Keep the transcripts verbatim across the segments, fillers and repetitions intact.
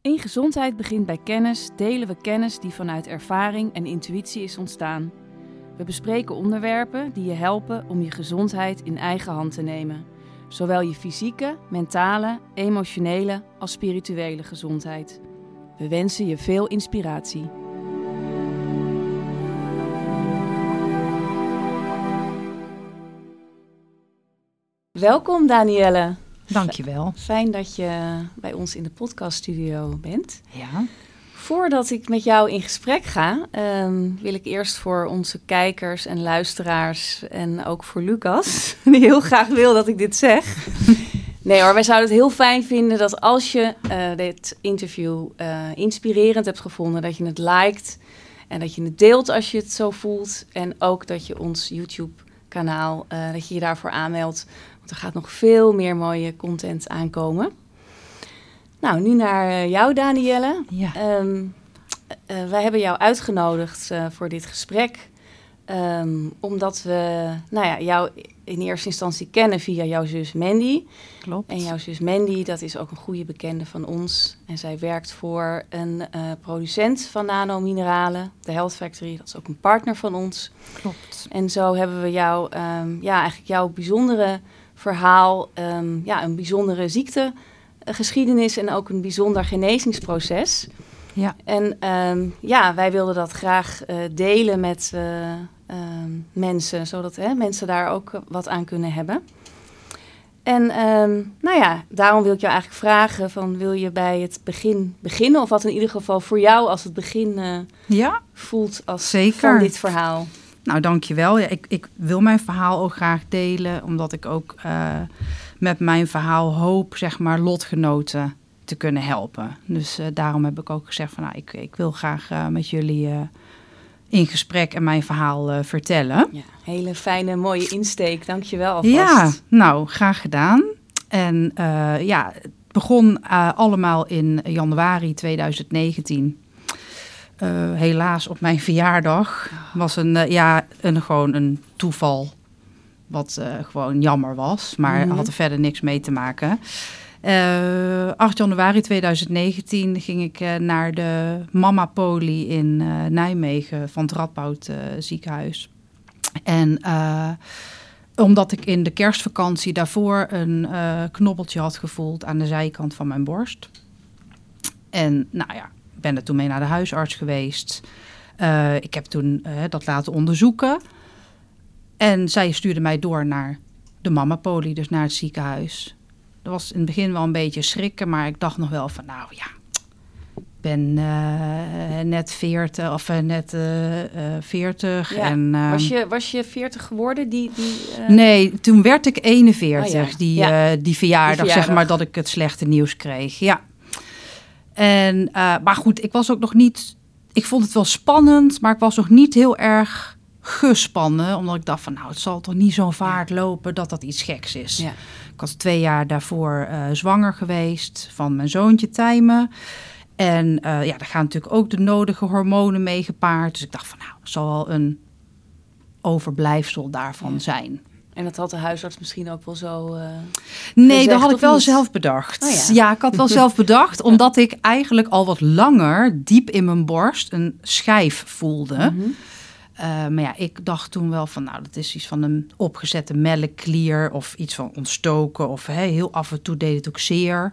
In Gezondheid begint bij kennis delen we kennis die vanuit ervaring en intuïtie is ontstaan. We bespreken onderwerpen die je helpen om je gezondheid in eigen hand te nemen. Zowel je fysieke, mentale, emotionele als spirituele gezondheid. We wensen je veel inspiratie. Welkom Danielle. Dankjewel. Fijn dat je bij ons in de podcaststudio bent. Ja. Voordat ik met jou in gesprek ga, um, wil ik eerst voor onze kijkers en luisteraars en ook voor Lucas, die heel graag wil dat ik dit zeg. Nee hoor, wij zouden het heel fijn vinden dat als je uh, dit interview uh, inspirerend hebt gevonden, dat je het liked en dat je het deelt als je het zo voelt. En ook dat je ons YouTube-kanaal, uh, dat je je daarvoor aanmeldt. Want er gaat nog veel meer mooie content aankomen. Nou, nu naar jou, Danielle. Ja. Um, uh, wij hebben jou uitgenodigd uh, voor dit gesprek. Um, omdat we nou ja, jou in eerste instantie kennen via jouw zus Mandy. Klopt. En jouw zus Mandy, dat is ook een goede bekende van ons. En zij werkt voor een uh, producent van nanomineralen, de Health Factory. Dat is ook een partner van ons. Klopt. En zo hebben we jou, um, ja, eigenlijk jouw bijzondere verhaal, um, ja, een bijzondere ziektegeschiedenis en ook een bijzonder genezingsproces. Ja. En um, ja, wij wilden dat graag uh, delen met uh, um, mensen, zodat hè, mensen daar ook uh, wat aan kunnen hebben. En um, nou ja, daarom wil ik jou eigenlijk vragen van, wil je bij het begin beginnen? Of wat in ieder geval voor jou als het begin uh, ja, voelt als zeker. Van dit verhaal. Nou, dankjewel. Ja, ik, ik wil mijn verhaal ook graag delen, omdat ik ook uh, met mijn verhaal hoop, zeg maar, lotgenoten te kunnen helpen. Dus uh, daarom heb ik ook gezegd van, nou, ik, ik wil graag uh, met jullie uh, in gesprek en mijn verhaal uh, vertellen. Ja, hele fijne, mooie insteek. Dank je wel alvast. Ja, nou, graag gedaan. En uh, ja, het begon uh, allemaal in januari tweeduizend negentien. Uh, helaas op mijn verjaardag was een, uh, ja, een, gewoon een toeval wat uh, gewoon jammer was. Maar Mm-hmm. had er verder niks mee te maken. Uh, acht januari tweeduizend negentien ging ik uh, naar de Mama Poli in uh, Nijmegen van het Radboud uh, ziekenhuis. En uh, omdat ik in de kerstvakantie daarvoor een uh, knobbeltje had gevoeld aan de zijkant van mijn borst. En nou ja, ik ben er toen mee naar de huisarts geweest. Uh, ik heb toen uh, dat laten onderzoeken. En zij stuurde mij door naar de Mama Poli, dus naar het ziekenhuis. Dat was in het begin wel een beetje schrikken, maar ik dacht nog wel van, nou ja, ik ben uh, net veertig of uh, net uh, uh, veertig. Ja. En, uh, was, je, was je veertig geworden? Die, die, uh... Nee, toen werd ik eenenveertig, oh, ja. die, Ja. uh, die, verjaardag, die verjaardag, zeg maar, dat ik het slechte nieuws kreeg. Ja. En, uh, maar goed, ik was ook nog niet, ik vond het wel spannend, maar ik was nog niet heel erg gespannen, omdat ik dacht van, nou, het zal toch niet zo'n vaart lopen dat dat iets geks is. Ja. Ik was twee jaar daarvoor uh, zwanger geweest van mijn zoontje Tijmen. En uh, ja, daar gaan natuurlijk ook de nodige hormonen mee gepaard. Dus ik dacht van, nou, het zal wel een overblijfsel daarvan ja. zijn. En dat had de huisarts misschien ook wel zo uh, Nee, gezegd, dat had ik of wel niet? zelf bedacht. Oh, ja. ja, ik had wel zelf bedacht, omdat ik eigenlijk al wat langer diep in mijn borst een schijf voelde. Mm-hmm. Uh, maar ja, ik dacht toen wel van, nou, dat is iets van een opgezette melkklier of iets van ontstoken. Of hey, heel af en toe deed het ook zeer.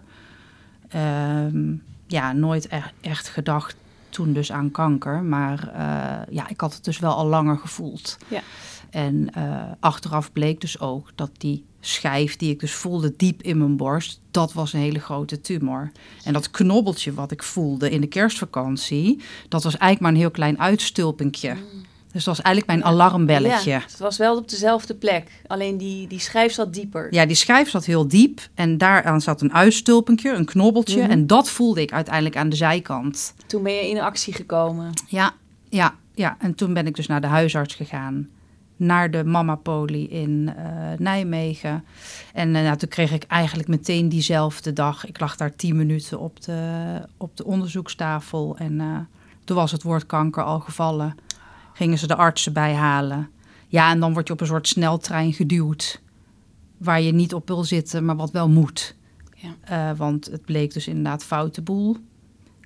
Um, ja, nooit echt, echt gedacht toen dus aan kanker. Maar uh, ja, ik had het dus wel al langer gevoeld. Ja. En uh, achteraf bleek dus ook dat die schijf die ik dus voelde diep in mijn borst, dat was een hele grote tumor. En dat knobbeltje wat ik voelde in de kerstvakantie, dat was eigenlijk maar een heel klein uitstulpinkje. Mm. Dus dat was eigenlijk mijn ja. alarmbelletje. Ja, het was wel op dezelfde plek. Alleen die, die schijf zat dieper. Ja, die schijf zat heel diep. En daaraan zat een uitstulpinkje, een knobbeltje. Mm-hmm. En dat voelde ik uiteindelijk aan de zijkant. Toen ben je in actie gekomen. Ja, ja, ja. En toen ben ik dus naar de huisarts gegaan. Naar de Mama Poli in uh, Nijmegen. En uh, nou, toen kreeg ik eigenlijk meteen diezelfde dag. Ik lag daar tien minuten op de, op de onderzoekstafel. En uh, toen was het woord kanker al gevallen. Gingen ze de artsen bijhalen. Ja, en dan word je op een soort sneltrein geduwd. Waar je niet op wil zitten, maar wat wel moet. Ja. Uh, want het bleek dus inderdaad foute boel.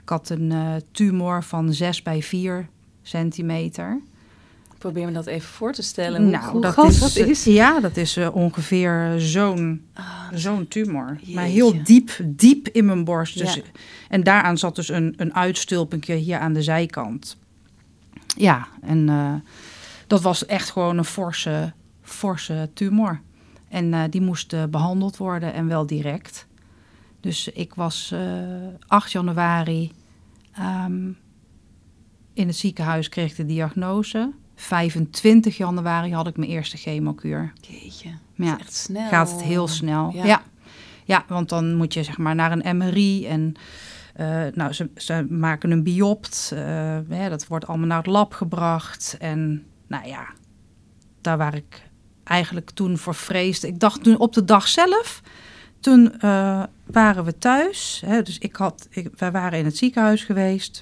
Ik had een uh, tumor van zes bij vier centimeter. Probeer me dat even voor te stellen. Hoe, nou, hoe dat groot is, dat is? Ja, dat is uh, ongeveer zo'n, oh, zo'n tumor. Jeetje. Maar heel diep, diep in mijn borst. Dus, ja. En daaraan zat dus een, een uitstulpingje hier aan de zijkant. Ja, en uh, dat was echt gewoon een forse, forse tumor. En uh, die moest uh, behandeld worden en wel direct. Dus ik was uh, acht januari um, in het ziekenhuis, kreeg ik de diagnose. vijfentwintig januari had ik mijn eerste chemokuur. Jeetje, ja, dat is echt snel. Gaat het heel snel. Ja, ja. ja want dan moet je zeg maar naar een M R I en uh, nou, ze, ze maken een biopt. Uh, hè, dat wordt allemaal naar het lab gebracht. En nou ja, daar waar ik eigenlijk toen voor vreesde. Ik dacht toen op de dag zelf, toen uh, waren we thuis. Hè, dus ik had, ik, wij waren in het ziekenhuis geweest.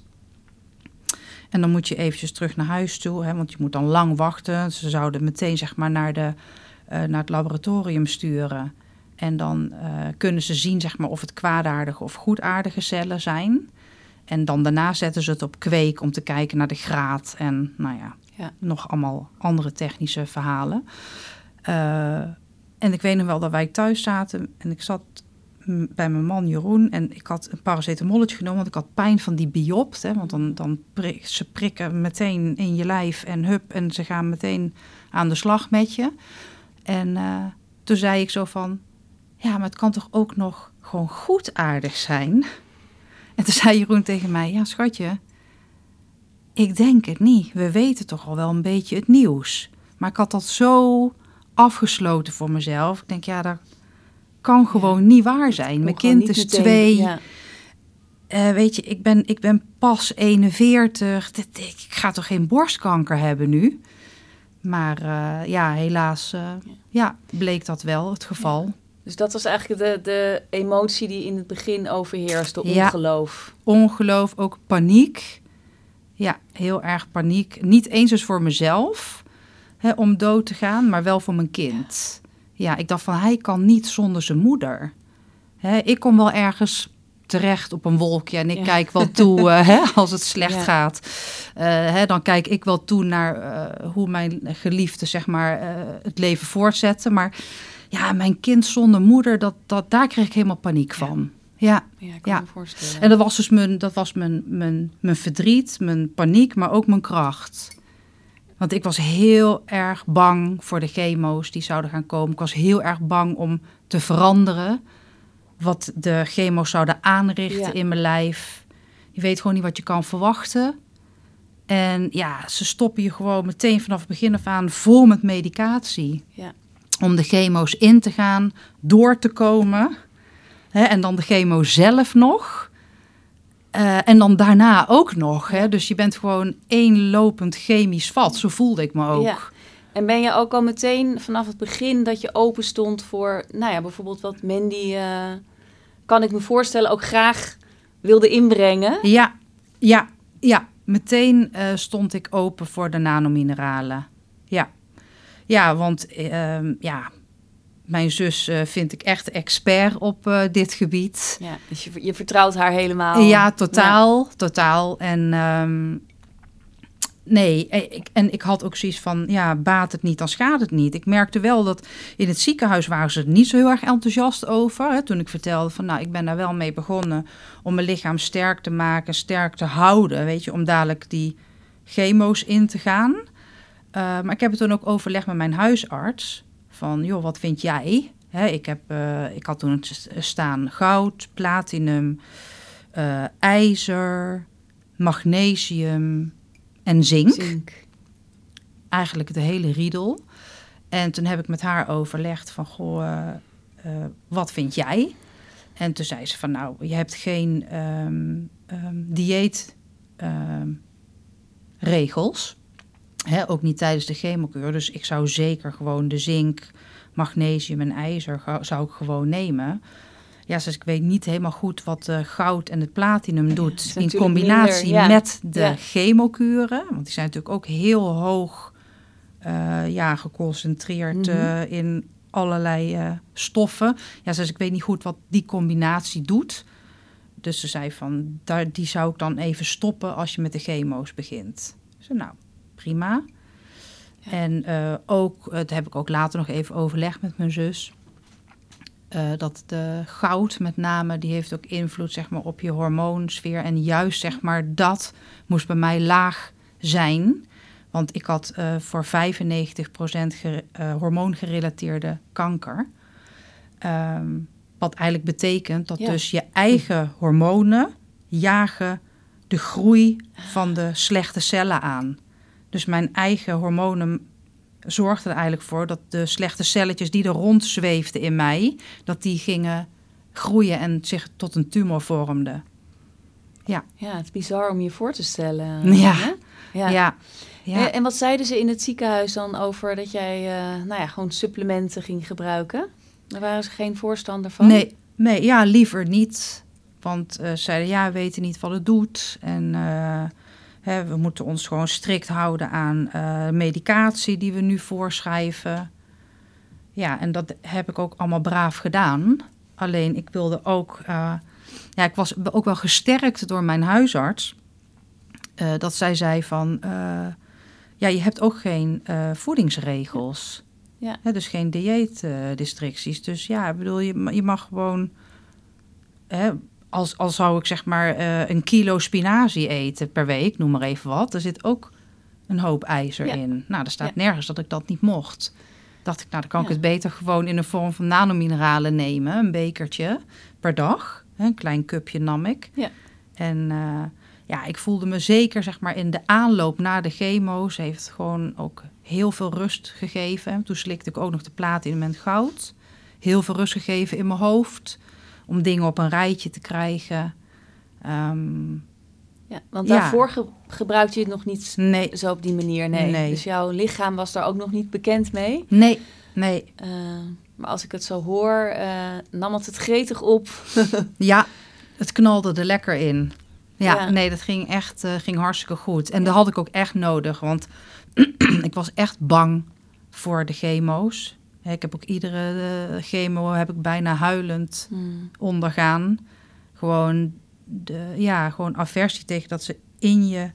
En dan moet je eventjes terug naar huis toe, hè, want je moet dan lang wachten. Ze zouden meteen zeg maar naar, de, uh, naar het laboratorium sturen. En dan uh, kunnen ze zien zeg maar, of het kwaadaardige of goedaardige cellen zijn. En dan daarna zetten ze het op kweek om te kijken naar de graad. En nou ja, ja. nog allemaal andere technische verhalen. Uh, en ik weet nog wel dat wij thuis zaten en ik zat bij mijn man Jeroen en ik had een paracetamolletje genomen, want ik had pijn van die biopt. Hè, want dan, dan prik, ze prikken meteen in je lijf en hup, en ze gaan meteen aan de slag met je. En uh, toen zei ik zo van, ja, maar het kan toch ook nog gewoon goedaardig zijn? En toen zei Jeroen tegen mij, ja schatje, ik denk het niet. We weten toch al wel een beetje het nieuws. Maar ik had dat zo afgesloten voor mezelf. Ik denk, ja, dat kan gewoon ja. niet waar zijn. Mijn kind is meteen, twee. Ja. Uh, weet je, ik ben, ik ben pas eenenveertig. Ik ga toch geen borstkanker hebben nu? Maar uh, ja, helaas uh, ja. Ja, bleek dat wel het geval. Ja. Dus dat was eigenlijk de, de emotie die in het begin overheerste, ongeloof. Ja, ongeloof, ook paniek. Ja, heel erg paniek. Niet eens dus voor mezelf, hè, om dood te gaan, maar wel voor mijn kind. Ja, ik dacht van, hij kan niet zonder zijn moeder. Hè, ik kom wel ergens terecht op een wolkje en ik ja. kijk wel toe uh, hè, als het slecht ja. gaat. Uh, hè, dan kijk ik wel toe naar uh, hoe mijn geliefde zeg maar, uh, het leven voortzetten. Maar ja, mijn kind zonder moeder, dat, dat, daar kreeg ik helemaal paniek van. Ja, ja ik kan ja. me voorstellen. En dat was dus mijn, dat was mijn, mijn, mijn verdriet, mijn paniek, maar ook mijn kracht. Want ik was heel erg bang voor de chemo's die zouden gaan komen. Ik was heel erg bang om te veranderen wat de chemo's zouden aanrichten ja. in mijn lijf. Je weet gewoon niet wat je kan verwachten. En ja, ze stoppen je gewoon meteen vanaf het begin af aan vol met medicatie. Ja. Om de chemo's in te gaan, door te komen. Hè, en dan de chemo zelf nog. Uh, en dan daarna ook nog. Hè? Dus je bent gewoon één lopend chemisch vat. Zo voelde ik me ook. Ja. En ben je ook al meteen vanaf het begin dat je open stond voor, nou ja, bijvoorbeeld wat Mandy, uh, kan ik me voorstellen, ook graag wilde inbrengen? Ja, ja, ja. Meteen uh, stond ik open voor de nanomineralen. Ja, ja, want uh, ja, mijn zus uh, vind ik echt expert op uh, dit gebied. Ja, dus je, je vertrouwt haar helemaal? Ja, totaal, ja. totaal. En um, nee, ik, en ik had ook zoiets van, ja, baat het niet, dan schaadt het niet. Ik merkte wel dat in het ziekenhuis waren ze er niet zo heel erg enthousiast over. Hè, toen ik vertelde van, nou, ik ben daar wel mee begonnen om mijn lichaam sterk te maken, sterk te houden, weet je, om dadelijk die chemo's in te gaan. Uh, maar ik heb het toen ook overlegd met mijn huisarts. Van, joh, wat vind jij? Hè, ik, heb, uh, ik had toen staan goud, platinum, uh, ijzer, magnesium en zink. zink. Eigenlijk de hele riedel. En toen heb ik met haar overlegd van, goh, uh, uh, wat vind jij? En toen zei ze van, nou, je hebt geen um, um, dieetregels. Um, He, ook niet tijdens de chemokuur. Dus ik zou zeker gewoon de zink, magnesium en ijzer ga, zou ik gewoon nemen. Ja, dus ik weet niet helemaal goed wat uh, goud en het platinum doet ja, in combinatie minder, ja. met de ja. chemokuren. Want die zijn natuurlijk ook heel hoog uh, ja, geconcentreerd mm-hmm. uh, in allerlei uh, stoffen. Ja, dus ik weet niet goed wat die combinatie doet. dus ze zei van, daar, die zou ik dan even stoppen als je met de chemo's begint. Ik zei, nou, prima. Ja. En uh, ook, dat heb ik ook later nog even overlegd met mijn zus. Uh, dat de goud met name, die heeft ook invloed zeg maar, op je hormoonsfeer. En juist zeg maar, dat moest bij mij laag zijn. Want ik had uh, voor vijfennegentig procent ge, uh, hormoongerelateerde kanker. Um, wat eigenlijk betekent dat ja. dus je eigen hormonen jagen de groei van de slechte cellen aan. Dus mijn eigen hormonen zorgden er eigenlijk voor dat de slechte celletjes die er rondzweefden in mij, dat die gingen groeien en zich tot een tumor vormden. Ja, ja, het is bizar om je voor te stellen. Ja, hè? ja. ja. ja. En wat zeiden ze in het ziekenhuis dan over dat jij uh, nou ja, gewoon supplementen ging gebruiken? Daar waren ze geen voorstander van? Nee, nee ja, liever niet. Want uh, zeiden, ja, we weten niet wat het doet. En uh, hè, we moeten ons gewoon strikt houden aan uh, medicatie die we nu voorschrijven. Ja, en dat heb ik ook allemaal braaf gedaan. Alleen ik wilde ook... Uh, ja, ik was ook wel gesterkt door mijn huisarts. Uh, dat zij zei van... Uh, ja, je hebt ook geen uh, voedingsregels. Ja. Hè, dus geen dieetrestricties. Uh, dus ja, ik bedoel, je, je mag gewoon... Hè, als, als zou ik zeg maar uh, een kilo spinazie eten per week, noem maar even wat. Er zit ook een hoop ijzer ja. in. Nou, er staat ja. nergens dat ik dat niet mocht. Dacht ik, nou, dan kan ja. ik het beter gewoon in de vorm van nanomineralen nemen. Een bekertje per dag. Een klein cupje nam ik. Ja. En uh, ja, ik voelde me zeker zeg maar in de aanloop na de chemo's. Heeft gewoon ook heel veel rust gegeven. Toen slikte ik ook nog de platinum en goud. Heel veel rust gegeven in mijn hoofd. Om dingen op een rijtje te krijgen. Um, ja, want daarvoor ja. ge- gebruikte je het nog niet nee. zo op die manier. Nee. nee. Dus jouw lichaam was daar ook nog niet bekend mee? Nee, nee. Uh, maar als ik het zo hoor, uh, nam het het gretig op. Ja, het knalde er lekker in. Ja, ja. nee, dat ging echt uh, ging hartstikke goed. En ja. dat had ik ook echt nodig. Want ik was echt bang voor de chemo's. Ik heb ook iedere uh, chemo heb ik bijna huilend hmm. ondergaan. Gewoon, de, ja, gewoon aversie tegen dat ze in je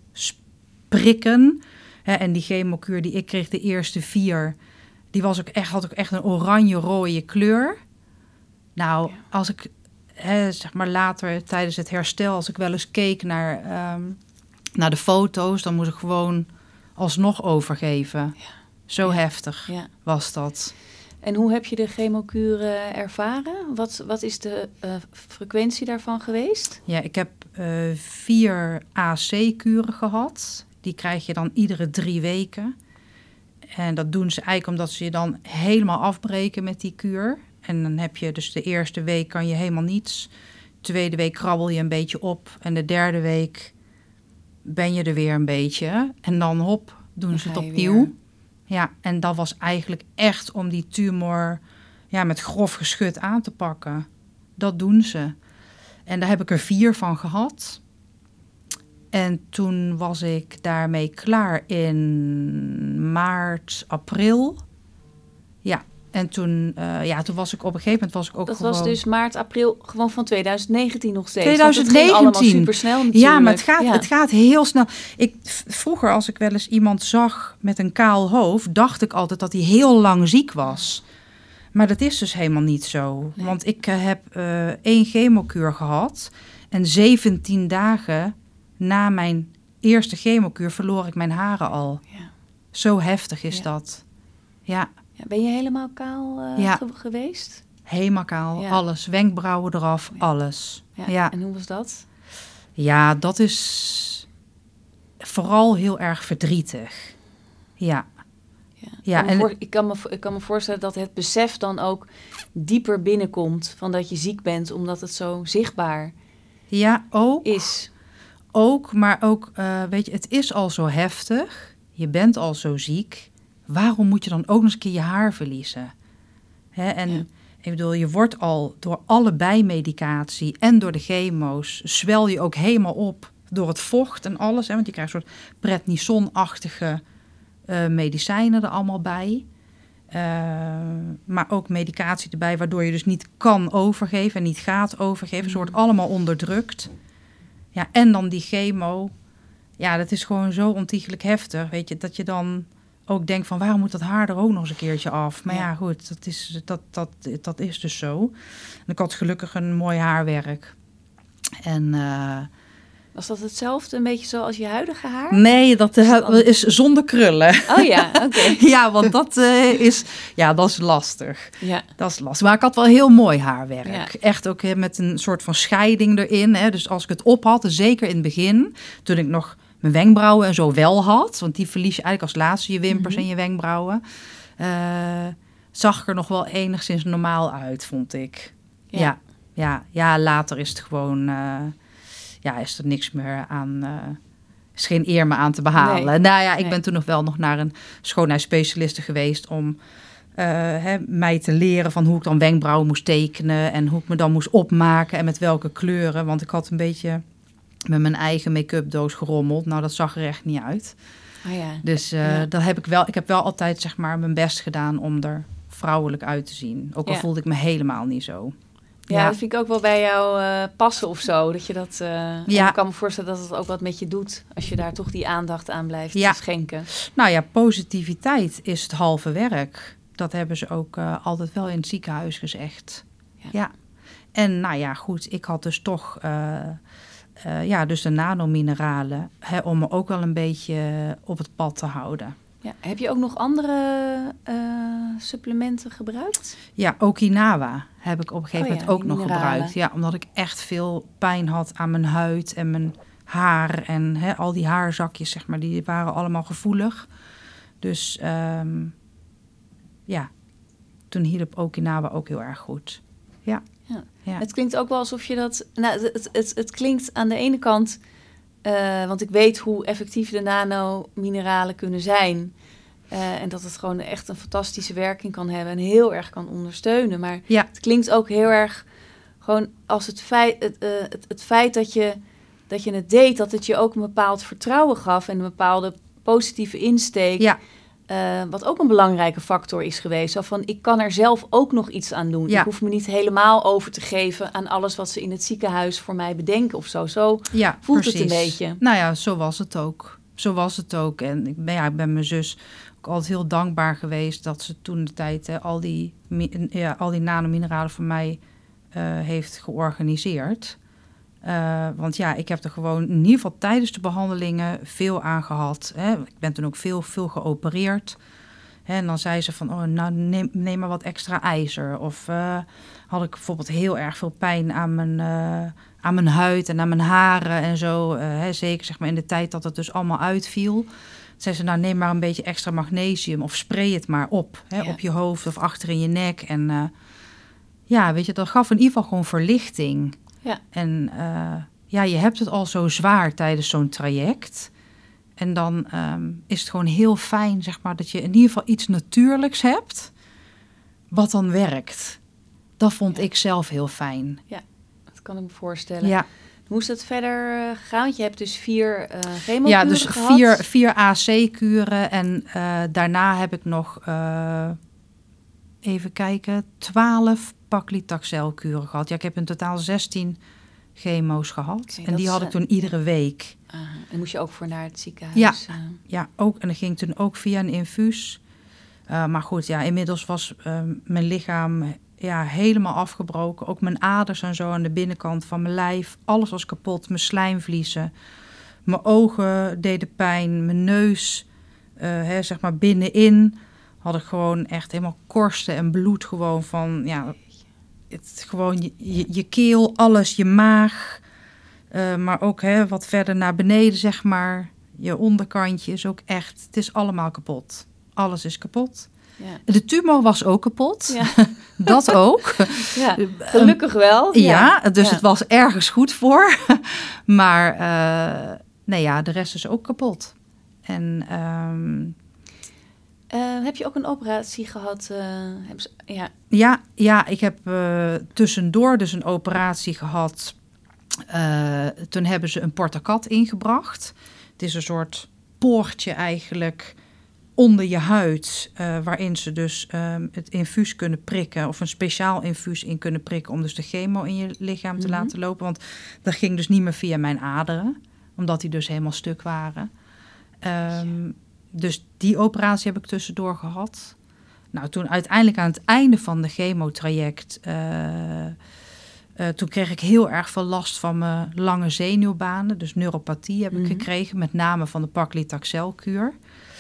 prikken. Hè, en die chemokuur die ik kreeg, de eerste vier... die was ook echt, had ook echt een oranje-rode kleur. Nou, ja. als ik hè, zeg maar later tijdens het herstel... als ik wel eens keek naar, um, naar de foto's... dan moest ik gewoon alsnog overgeven. Ja. Zo ja. heftig ja. was dat. En hoe heb je de chemokuur uh, ervaren? Wat, wat is de uh, frequentie daarvan geweest? Ja, ik heb uh, vier A C-kuren gehad. Die krijg je dan iedere drie weken. En dat doen ze eigenlijk omdat ze je dan helemaal afbreken met die kuur. En dan heb je dus de eerste week kan je helemaal niets. De tweede week krabbel je een beetje op. En de derde week ben je er weer een beetje. En dan hop, doen dan ze het opnieuw. Weer. Ja, en dat was eigenlijk echt om die tumor ja, met grof geschut aan te pakken. Dat doen ze. En daar heb ik er vier van gehad. En toen was ik daarmee klaar in maart, april. Ja, en toen, uh, ja, toen was ik op een gegeven moment was ik ook Dat gewoon... was dus maart, april gewoon van twintig negentien nog steeds. twintig negentien. Want het ging allemaal supersnel natuurlijk. Ja, maar het gaat, ja. het gaat heel snel. Ik, vroeger, als ik wel eens iemand zag met een kaal hoofd... dacht ik altijd dat hij heel lang ziek was. Maar dat is dus helemaal niet zo. Nee. Want ik uh, heb uh, één chemokuur gehad... en zeventien dagen na mijn eerste chemokuur verloor ik mijn haren al. Ja. Zo heftig is ja. dat. Ja. Ja, ben je helemaal kaal uh, ja. ge- geweest? Helemaal kaal, ja. alles. Wenkbrauwen eraf, ja. alles. Ja. Ja. En hoe was dat? Ja, dat is vooral heel erg verdrietig. Ja. ja. ja en voor, ik, kan me, ik kan me voorstellen dat het besef dan ook dieper binnenkomt... van dat je ziek bent, omdat het zo zichtbaar ja, ook, is. Ook, maar ook, uh, weet je, het is al zo heftig. Je bent al zo ziek... Waarom moet je dan ook nog eens een keer je haar verliezen? Hè, en ja. ik bedoel, je wordt al door alle bijmedicatie en door de chemo's... zwel je ook helemaal op door het vocht en alles. Hè, want je krijgt een soort prednison-achtige uh, medicijnen er allemaal bij. Uh, maar ook medicatie erbij, waardoor je dus niet kan overgeven en niet gaat overgeven. Ze wordt allemaal onderdrukt. Ja, en dan die chemo. Ja, dat is gewoon zo ontiegelijk heftig, weet je, dat je dan ook denkt van waarom moet dat haar er ook nog eens een keertje af? Maar ja, ja goed, dat is, dat, dat, dat is dus zo. En ik had gelukkig een mooi haarwerk. En uh, was dat hetzelfde, een beetje zoals je huidige haar? Nee, dat uh, is zonder krullen. Oh ja, oké. Okay. Ja, want dat uh, is, ja, dat is lastig. Ja. Dat is lastig. Maar ik had wel heel mooi haarwerk. Ja. Echt ook hè, met een soort van scheiding erin. Hè. Dus als ik het op had, zeker in het begin, toen ik nog mijn wenkbrauwen en zo wel had, want die verlies je eigenlijk als laatste, je wimpers mm-hmm. en je wenkbrauwen, uh, zag ik er nog wel enigszins normaal uit, vond ik. Ja, ja, ja, ja later is het gewoon, uh, ja, is er niks meer aan, uh, is geen eer meer aan te behalen. Nee. Nou ja, ik nee. ben toen nog wel nog naar een schoonheidsspecialiste geweest om uh, hè, mij te leren van hoe ik dan wenkbrauwen moest tekenen en hoe ik me dan moest opmaken en met welke kleuren, want ik had een beetje met mijn eigen make-up doos gerommeld. Nou, dat zag er echt niet uit. Oh ja. Dus uh, ja. dat heb ik wel. Ik heb wel altijd zeg maar mijn best gedaan om er vrouwelijk uit te zien. Ook al ja. voelde ik me helemaal niet zo. Ja, ja, dat vind ik ook wel bij jou uh, passen of zo. Dat je dat. Uh, ja. Ik kan me voorstellen dat het ook wat met je doet als je daar toch die aandacht aan blijft ja. schenken. Nou ja, positiviteit is het halve werk. Dat hebben ze ook uh, altijd wel in het ziekenhuis gezegd. Ja. ja. En nou ja, goed. Ik had dus toch. Uh, Uh, ja, dus de nanomineralen, hè, om me ook wel een beetje op het pad te houden. Ja, heb je ook nog andere uh, supplementen gebruikt? Ja, Okinawa heb ik op een gegeven oh, moment ja, ook nog mineralen. gebruikt. Ja, omdat ik echt veel pijn had aan mijn huid en mijn haar. En hè, al die haarzakjes, zeg maar, die waren allemaal gevoelig. Dus um, ja, toen hielp Okinawa ook heel erg goed. Ja. Ja. Ja. Het klinkt ook wel alsof je dat. Nou, het, het, het klinkt aan de ene kant. Uh, want ik weet hoe effectief de nanomineralen kunnen zijn. Uh, en dat het gewoon echt een fantastische werking kan hebben. En heel erg kan ondersteunen. Maar ja. het klinkt ook heel erg. Gewoon als het feit, het, uh, het, het feit dat je, dat je het deed. Dat het je ook een bepaald vertrouwen gaf. En een bepaalde positieve insteek. Ja. Uh, wat ook een belangrijke factor is geweest. Zo van, ik kan er zelf ook nog iets aan doen. Ja. Ik hoef me niet helemaal over te geven aan alles wat ze in het ziekenhuis voor mij bedenken of zo. Zo ja, voelt precies. Het een beetje. Nou ja, zo was het ook. Zo was het ook. En ik ben, ja, ik ben mijn zus ook altijd heel dankbaar geweest dat ze toen de tijd hè, al, die, ja, al die nanomineralen voor mij uh, heeft georganiseerd. Uh, want ja, ik heb er gewoon in ieder geval tijdens de behandelingen veel aan gehad. Hè. Ik ben toen ook veel, veel geopereerd. Hè, en dan zei ze van, oh, nou neem, neem maar wat extra ijzer. Of uh, had ik bijvoorbeeld heel erg veel pijn aan mijn, uh, aan mijn huid en aan mijn haren en zo. Uh, hè, zeker zeg maar in de tijd dat het dus allemaal uitviel. Zei ze, nou neem maar een beetje extra magnesium of spray het maar op. Hè, ja. Op je hoofd of achter in je nek. En uh, ja, weet je, dat gaf in ieder geval gewoon verlichting. Ja. En uh, ja, je hebt het al zo zwaar tijdens zo'n traject. En dan um, is het gewoon heel fijn, zeg maar, dat je in ieder geval iets natuurlijks hebt, wat dan werkt. Dat vond ja. ik zelf heel fijn. Ja, dat kan ik me voorstellen. Ja. Hoe is dat verder gegaan? Want je hebt dus vier uh, chemokuren ja, dus gehad. Vier, vier A C-kuren en uh, daarna heb ik nog, uh, even kijken, twaalf paclitaxelkuren gehad. Ja, ik heb in totaal zestien chemo's gehad. Okay, en die had is, ik toen iedere week. Uh, en moest je ook voor naar het ziekenhuis? Ja, uh. ja ook, en dat ging toen ook via een infuus. Uh, maar goed, ja, inmiddels was uh, mijn lichaam ja, helemaal afgebroken. Ook mijn aders en zo aan de binnenkant van mijn lijf. Alles was kapot. Mijn slijmvliezen. Mijn ogen deden pijn. Mijn neus, uh, hè, zeg maar binnenin, had ik gewoon echt helemaal korsten en bloed gewoon van, ja, het gewoon je, je, je keel, alles, je maag. Uh, maar ook hè, wat verder naar beneden, zeg maar. Je onderkantje is ook echt, het is allemaal kapot. Alles is kapot. Ja. De tumor was ook kapot. Ja. Dat ook. Ja, gelukkig wel. Ja, ja dus ja. Het was ergens goed voor. Maar uh, nee, ja, de rest is ook kapot. En um, uh, heb je ook een operatie gehad? Uh, ze, ja. Ja, ja, ik heb uh, tussendoor dus een operatie gehad. Uh, toen hebben ze een portacat ingebracht. Het is een soort poortje eigenlijk onder je huid, uh, waarin ze dus um, het infuus kunnen prikken, of een speciaal infuus in kunnen prikken, om dus de chemo in je lichaam te mm-hmm. laten lopen. Want dat ging dus niet meer via mijn aderen, omdat die dus helemaal stuk waren. Um, dus die operatie heb ik tussendoor gehad. Nou, toen uiteindelijk aan het einde van de chemotraject, uh, uh, toen kreeg ik heel erg veel last van mijn lange zenuwbanen. Dus neuropathie heb mm-hmm. ik gekregen, met name van de paclitaxelkuur.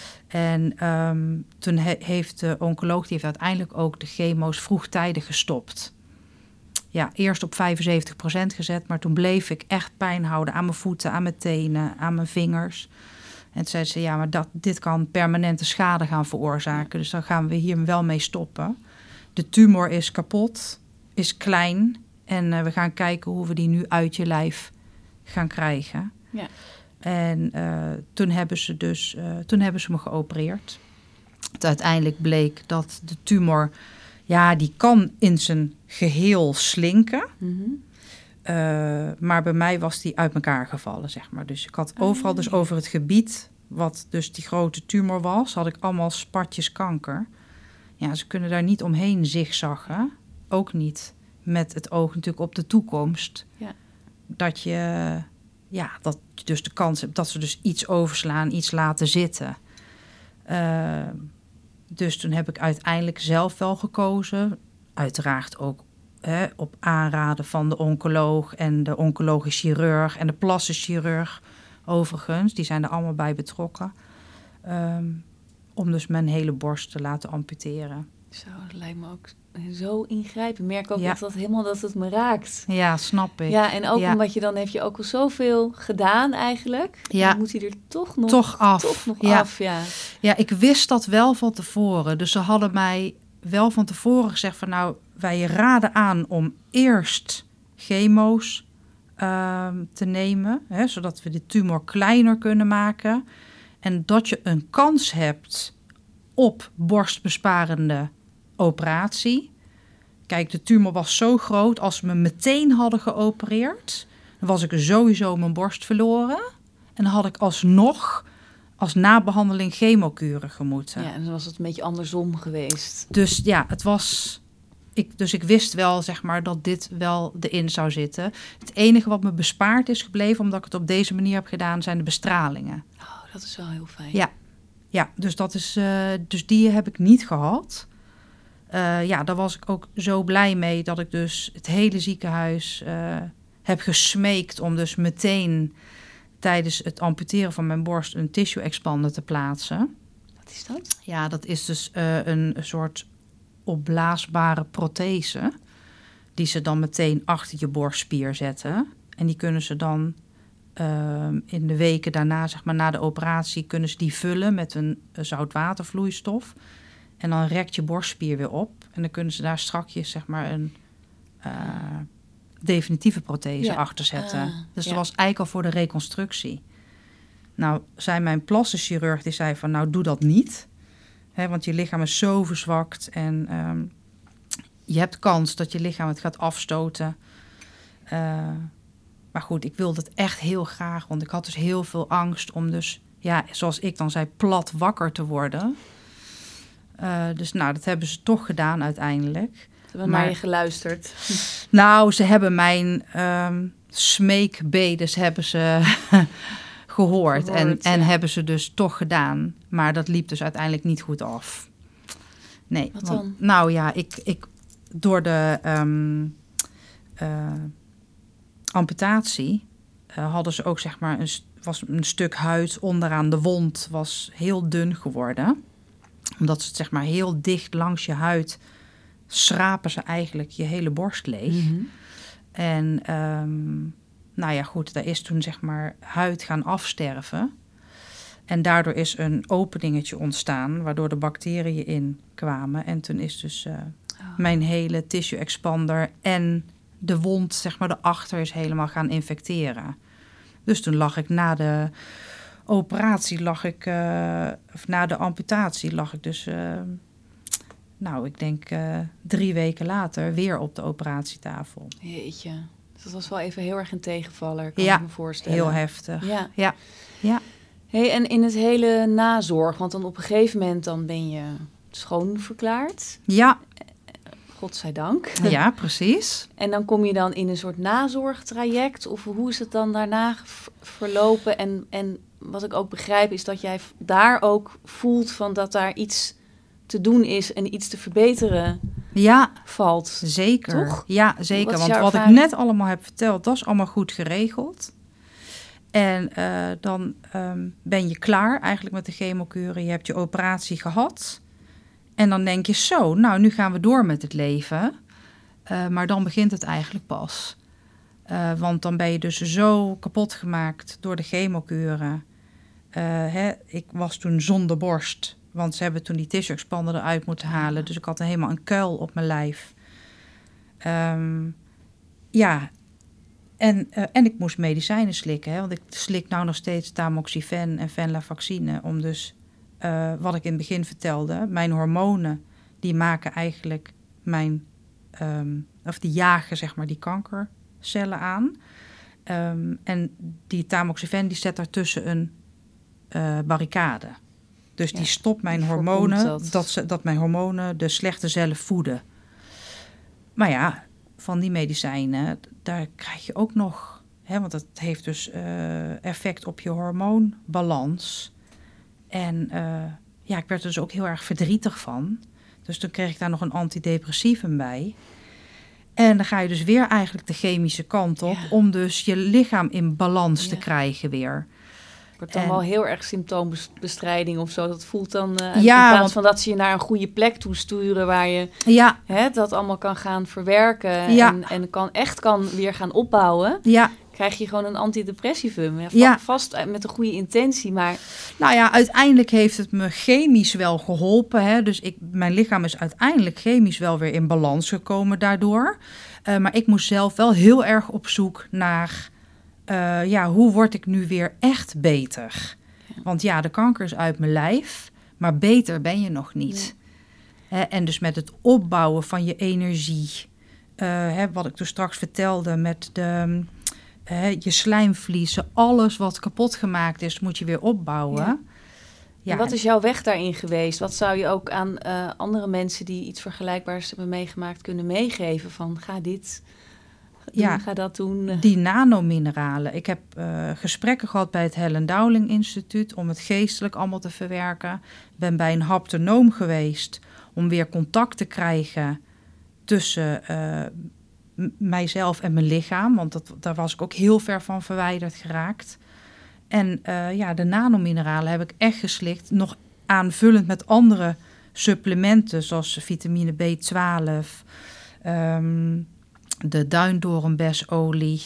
En um, toen he- heeft de oncoloog, die heeft uiteindelijk ook de chemo's vroegtijdig gestopt. Ja, eerst op vijfenzeventig procent gezet, maar toen bleef ik echt pijn houden aan mijn voeten, aan mijn tenen, aan mijn vingers. En toen zei ze, ja, maar dat, dit kan permanente schade gaan veroorzaken. Dus dan gaan we hier wel mee stoppen. De tumor is kapot, is klein. En uh, we gaan kijken hoe we die nu uit je lijf gaan krijgen. Ja. En uh, toen, hebben ze dus, uh, toen hebben ze me geopereerd. Het uiteindelijk bleek dat de tumor, ja, die kan in zijn geheel slinken. Mm-hmm. Uh, maar bij mij was die uit elkaar gevallen, zeg maar. Dus ik had overal, oh, dus over het gebied, wat dus die grote tumor was, had ik allemaal spatjes kanker. Ja, ze kunnen daar niet omheen zigzaggen. Ook niet met het oog natuurlijk op de toekomst. Ja. Dat je, ja, dat je dus de kans hebt dat ze dus iets overslaan, iets laten zitten. Uh, dus toen heb ik uiteindelijk zelf wel gekozen. Uiteraard ook He, op aanraden van de oncoloog en de oncologisch chirurg en de plastisch chirurg overigens. Die zijn er allemaal bij betrokken. Um, om dus mijn hele borst te laten amputeren. Zo, dat lijkt me ook zo ingrijpend. Ik merk ook ja. dat, dat helemaal dat het me raakt. Ja, snap ik. Ja, en ook ja. omdat je dan heb je ook al zoveel gedaan eigenlijk. Ja. Dan moet hij er toch nog, toch af. Toch nog ja. af, ja. Ja, ik wist dat wel van tevoren. Dus ze hadden mij wel van tevoren gezegd van nou, wij raden aan om eerst chemo's uh, te nemen, hè, zodat we de tumor kleiner kunnen maken. En dat je een kans hebt op borstbesparende operatie. Kijk, de tumor was zo groot, als ze me meteen hadden geopereerd, dan was ik sowieso mijn borst verloren. En dan had ik alsnog als nabehandeling chemokuren gemoeten. Ja, en dan was het een beetje andersom geweest. Dus ja, het was... Ik, dus ik wist wel, zeg maar, dat dit wel erin zou zitten. Het enige wat me bespaard is gebleven, omdat ik het op deze manier heb gedaan, zijn de bestralingen. Oh, dat is wel heel fijn. Ja, ja, dus, dat is, uh, dus die heb ik niet gehad. Uh, ja, daar was ik ook zo blij mee dat ik dus het hele ziekenhuis uh, heb gesmeekt om dus meteen tijdens het amputeren van mijn borst een tissue expander te plaatsen. Wat is dat? Ja, dat is dus uh, een soort opblaasbare prothese die ze dan meteen achter je borstspier zetten. En die kunnen ze dan uh, in de weken daarna, zeg maar na de operatie, kunnen ze die vullen met een, een zoutwatervloeistof. En dan rekt je borstspier weer op. En dan kunnen ze daar strakjes, zeg maar, een uh, definitieve prothese ja. achter zetten. Uh, dus ja. dat was eigenlijk al voor de reconstructie. Nou, zei mijn plastisch chirurg, die zei van, nou, doe dat niet. He, want je lichaam is zo verzwakt en um, je hebt kans dat je lichaam het gaat afstoten. Uh, maar goed, ik wilde het echt heel graag, want ik had dus heel veel angst om dus, ja, zoals ik dan zei, plat wakker te worden. Uh, dus nou, dat hebben ze toch gedaan uiteindelijk. Ze hebben naar je geluisterd. Nou, ze hebben mijn um, smeekbedes hebben ze gehoord, gehoord en, ja. en hebben ze dus toch gedaan. Maar dat liep dus uiteindelijk niet goed af. Nee. Wat dan? Want, nou ja, ik, ik door de um, uh, amputatie uh, hadden ze ook, zeg maar, een, was een stuk huid onderaan de wond was heel dun geworden. Omdat ze het, zeg maar, heel dicht langs je huid schrapen ze eigenlijk je hele borst leeg. Mm-hmm. En um, nou ja, goed, daar is toen, zeg maar, huid gaan afsterven. En daardoor is een openingetje ontstaan, waardoor de bacteriën in kwamen. En toen is dus uh, oh. mijn hele tissue expander en de wond, zeg maar, erachter is helemaal gaan infecteren. Dus toen lag ik na de operatie, lag ik, uh, of na de amputatie, lag ik dus, uh, nou, ik denk uh, drie weken later weer op de operatietafel. Jeetje, dat was wel even heel erg een tegenvaller, kan ja, ik me voorstellen. Heel heftig. Ja, ja, ja. Hey, en in het hele nazorg, want dan op een gegeven moment dan ben je schoon verklaard. Ja. Godzijdank. Ja, precies. En dan kom je dan in een soort nazorgtraject, of hoe is het dan daarna v- verlopen? En, en wat ik ook begrijp is dat jij v- daar ook voelt van dat daar iets te doen is en iets te verbeteren Ja, valt. zeker. Toch? Ja, zeker. Wat is Want jouw wat ervaring? ik net allemaal heb verteld, dat is allemaal goed geregeld. En uh, dan um, ben je klaar eigenlijk met de chemokuren. Je hebt je operatie gehad. En dan denk je zo, nou, nu gaan we door met het leven. Uh, maar dan begint het eigenlijk pas. Uh, want dan ben je dus zo kapot gemaakt door de chemokuren. Uh, hè, ik was toen zonder borst. Want ze hebben toen die tissue expander eruit moeten halen. Dus ik had helemaal een kuil op mijn lijf. Um, ja, en, uh, en ik moest medicijnen slikken. Hè, want ik slik nou nog steeds tamoxifen en venlafaxine. Om dus, uh, wat ik in het begin vertelde, mijn hormonen, die maken eigenlijk mijn, um, of die jagen zeg maar die kankercellen aan. Um, en die tamoxifen die zet daartussen een uh, barricade. Dus ja, die stopt mijn die hormonen, dat. Dat, ze, dat mijn hormonen de slechte cellen voeden. Maar ja, van die medicijnen, daar krijg je ook nog, hè, want dat heeft dus uh, effect op je hormoonbalans. En uh, ja, ik werd er dus ook heel erg verdrietig van. Dus toen kreeg ik daar nog een antidepressivum bij. En dan ga je dus weer eigenlijk de chemische kant op, ja, om dus je lichaam in balans ja. te krijgen weer. Wordt dan en, wel heel erg symptoombestrijding of zo. Dat voelt dan, uh, ja, in plaats want, van dat ze je naar een goede plek toe sturen waar je ja. hè, dat allemaal kan gaan verwerken ja. en, en kan, echt kan weer gaan opbouwen. Ja. Krijg je gewoon een antidepressivum. Ja, ja. Vast met een goede intentie, maar... Nou ja, uiteindelijk heeft het me chemisch wel geholpen. Hè? Dus ik, mijn lichaam is uiteindelijk chemisch wel weer in balans gekomen daardoor. Uh, maar ik moest zelf wel heel erg op zoek naar... Uh, ja, hoe word ik nu weer echt beter? Ja. Want ja, de kanker is uit mijn lijf, maar beter ben je nog niet. Ja. Hè, en dus met het opbouwen van je energie... Uh, hè, wat ik toen straks vertelde met de... Uh, je slijmvliezen, alles wat kapot gemaakt is, moet je weer opbouwen. Ja. Ja. Wat is jouw weg daarin geweest? Wat zou je ook aan uh, andere mensen die iets vergelijkbaars hebben meegemaakt kunnen meegeven? Van ga dit doen, ja, ga dat doen. Die nanomineralen. Ik heb uh, gesprekken gehad bij het Helen Dowling Instituut om het geestelijk allemaal te verwerken. Ben bij een haptonoom geweest om weer contact te krijgen tussen... Uh, mijzelf en mijn lichaam, want dat, daar was ik ook heel ver van verwijderd geraakt. En uh, ja, de nanomineralen heb ik echt geslikt, nog aanvullend met andere supplementen, zoals vitamine B twaalf, um, de duindoornbesolie,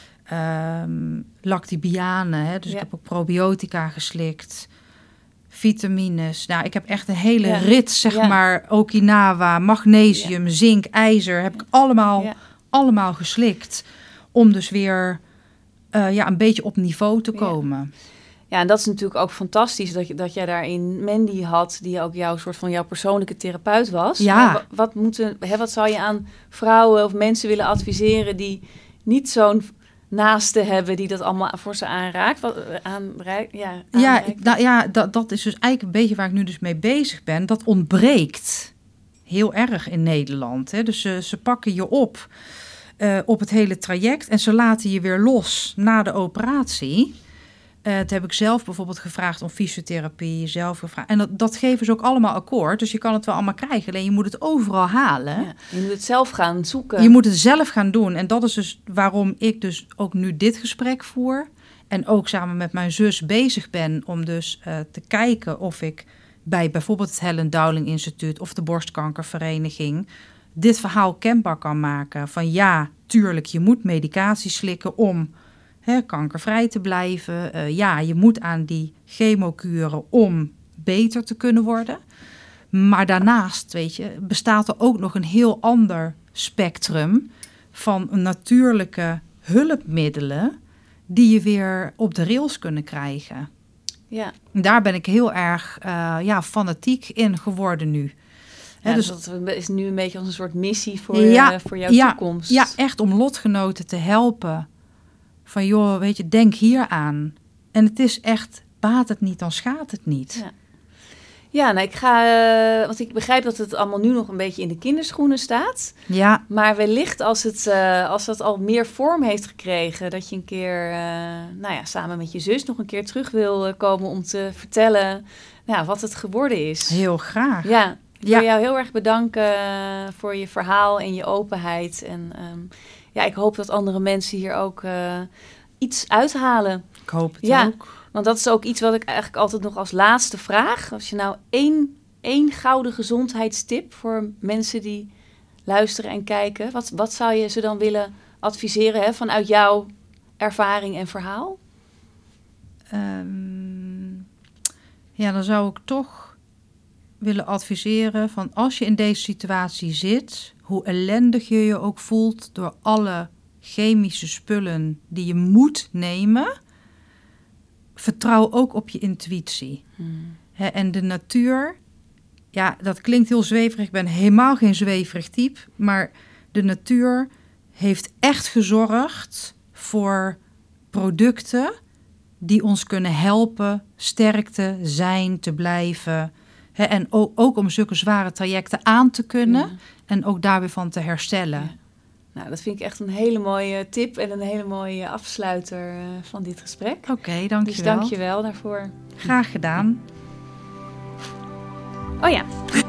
um, lactibianen, hè, dus ja. ik heb ook probiotica geslikt, vitamines. Nou, ik heb echt een hele ja. rit, zeg ja. maar, Okinawa, magnesium, ja. zink, ijzer, heb ik allemaal... Ja. allemaal geslikt, om dus weer uh, ja, een beetje op niveau te komen. Ja. ja, en dat is natuurlijk ook fantastisch, dat, je, dat jij daarin Mandy had, die ook jouw soort van jouw persoonlijke therapeut was. Ja. Wat, wat, moeten, hè, wat zou je aan vrouwen of mensen willen adviseren die niet zo'n naaste hebben die dat allemaal voor ze aanraakt? Wat, aanreik, ja, ja, nou, ja dat, dat is dus eigenlijk een beetje waar ik nu dus mee bezig ben. Dat ontbreekt heel erg in Nederland. Hè? Dus uh, ze pakken je op uh, op het hele traject en ze laten je weer los na de operatie. Uh, dat heb ik zelf bijvoorbeeld gevraagd om fysiotherapie, zelf gevraagd. En dat, dat geven ze ook allemaal akkoord. Dus je kan het wel allemaal krijgen, alleen je moet het overal halen. Ja, je moet het zelf gaan zoeken. Je moet het zelf gaan doen. En dat is dus waarom ik dus ook nu dit gesprek voer. En ook samen met mijn zus bezig ben om dus uh, te kijken of ik bij bijvoorbeeld het Helen Dowling Instituut of de Borstkankervereniging dit verhaal kenbaar kan maken. Van ja, tuurlijk, je moet medicatie slikken om hè, kankervrij te blijven. Uh, ja, je moet aan die chemokuren om beter te kunnen worden. Maar daarnaast, weet je, bestaat er ook nog een heel ander spectrum van natuurlijke hulpmiddelen die je weer op de rails kunnen krijgen. Ja. Daar ben ik heel erg uh, ja, fanatiek in geworden nu. Ja, He, dus dat is nu een beetje als een soort missie voor, ja, uh, voor jouw ja, toekomst. Ja, echt om lotgenoten te helpen. Van joh, weet je, denk hier aan. En het is echt baat het niet, dan schaadt het niet. Ja. Ja, nou, ik ga, uh, want ik begrijp dat het allemaal nu nog een beetje in de kinderschoenen staat. Ja. Maar wellicht als het, uh, als het al meer vorm heeft gekregen, dat je een keer, uh, nou ja, samen met je zus nog een keer terug wil uh, komen om te vertellen, nou ja, wat het geworden is. Heel graag. Ja, ik Ja. wil jou heel erg bedanken uh, voor je verhaal en je openheid. En um, ja, ik hoop dat andere mensen hier ook uh, iets uithalen. Ik hoop het ja. ook. Want dat is ook iets wat ik eigenlijk altijd nog als laatste vraag. Als je nou één, één gouden gezondheidstip voor mensen die luisteren en kijken. Wat, wat zou je ze dan willen adviseren, hè, vanuit jouw ervaring en verhaal? Um, ja, dan zou ik toch willen adviseren van als je in deze situatie zit, hoe ellendig je je ook voelt door alle chemische spullen die je moet nemen, vertrouw ook op je intuïtie. Hmm. He, en de natuur, ja, dat klinkt heel zweverig. Ik ben helemaal geen zweverig type. Maar de natuur heeft echt gezorgd voor producten die ons kunnen helpen sterk te zijn, te blijven. He, en ook, ook om zulke zware trajecten aan te kunnen ja. en ook daar weer van te herstellen. Ja. Nou, dat vind ik echt een hele mooie tip en een hele mooie afsluiter uh, van dit gesprek. Oké, okay, dank je dus wel. dank je wel daarvoor. Graag gedaan. Oh ja.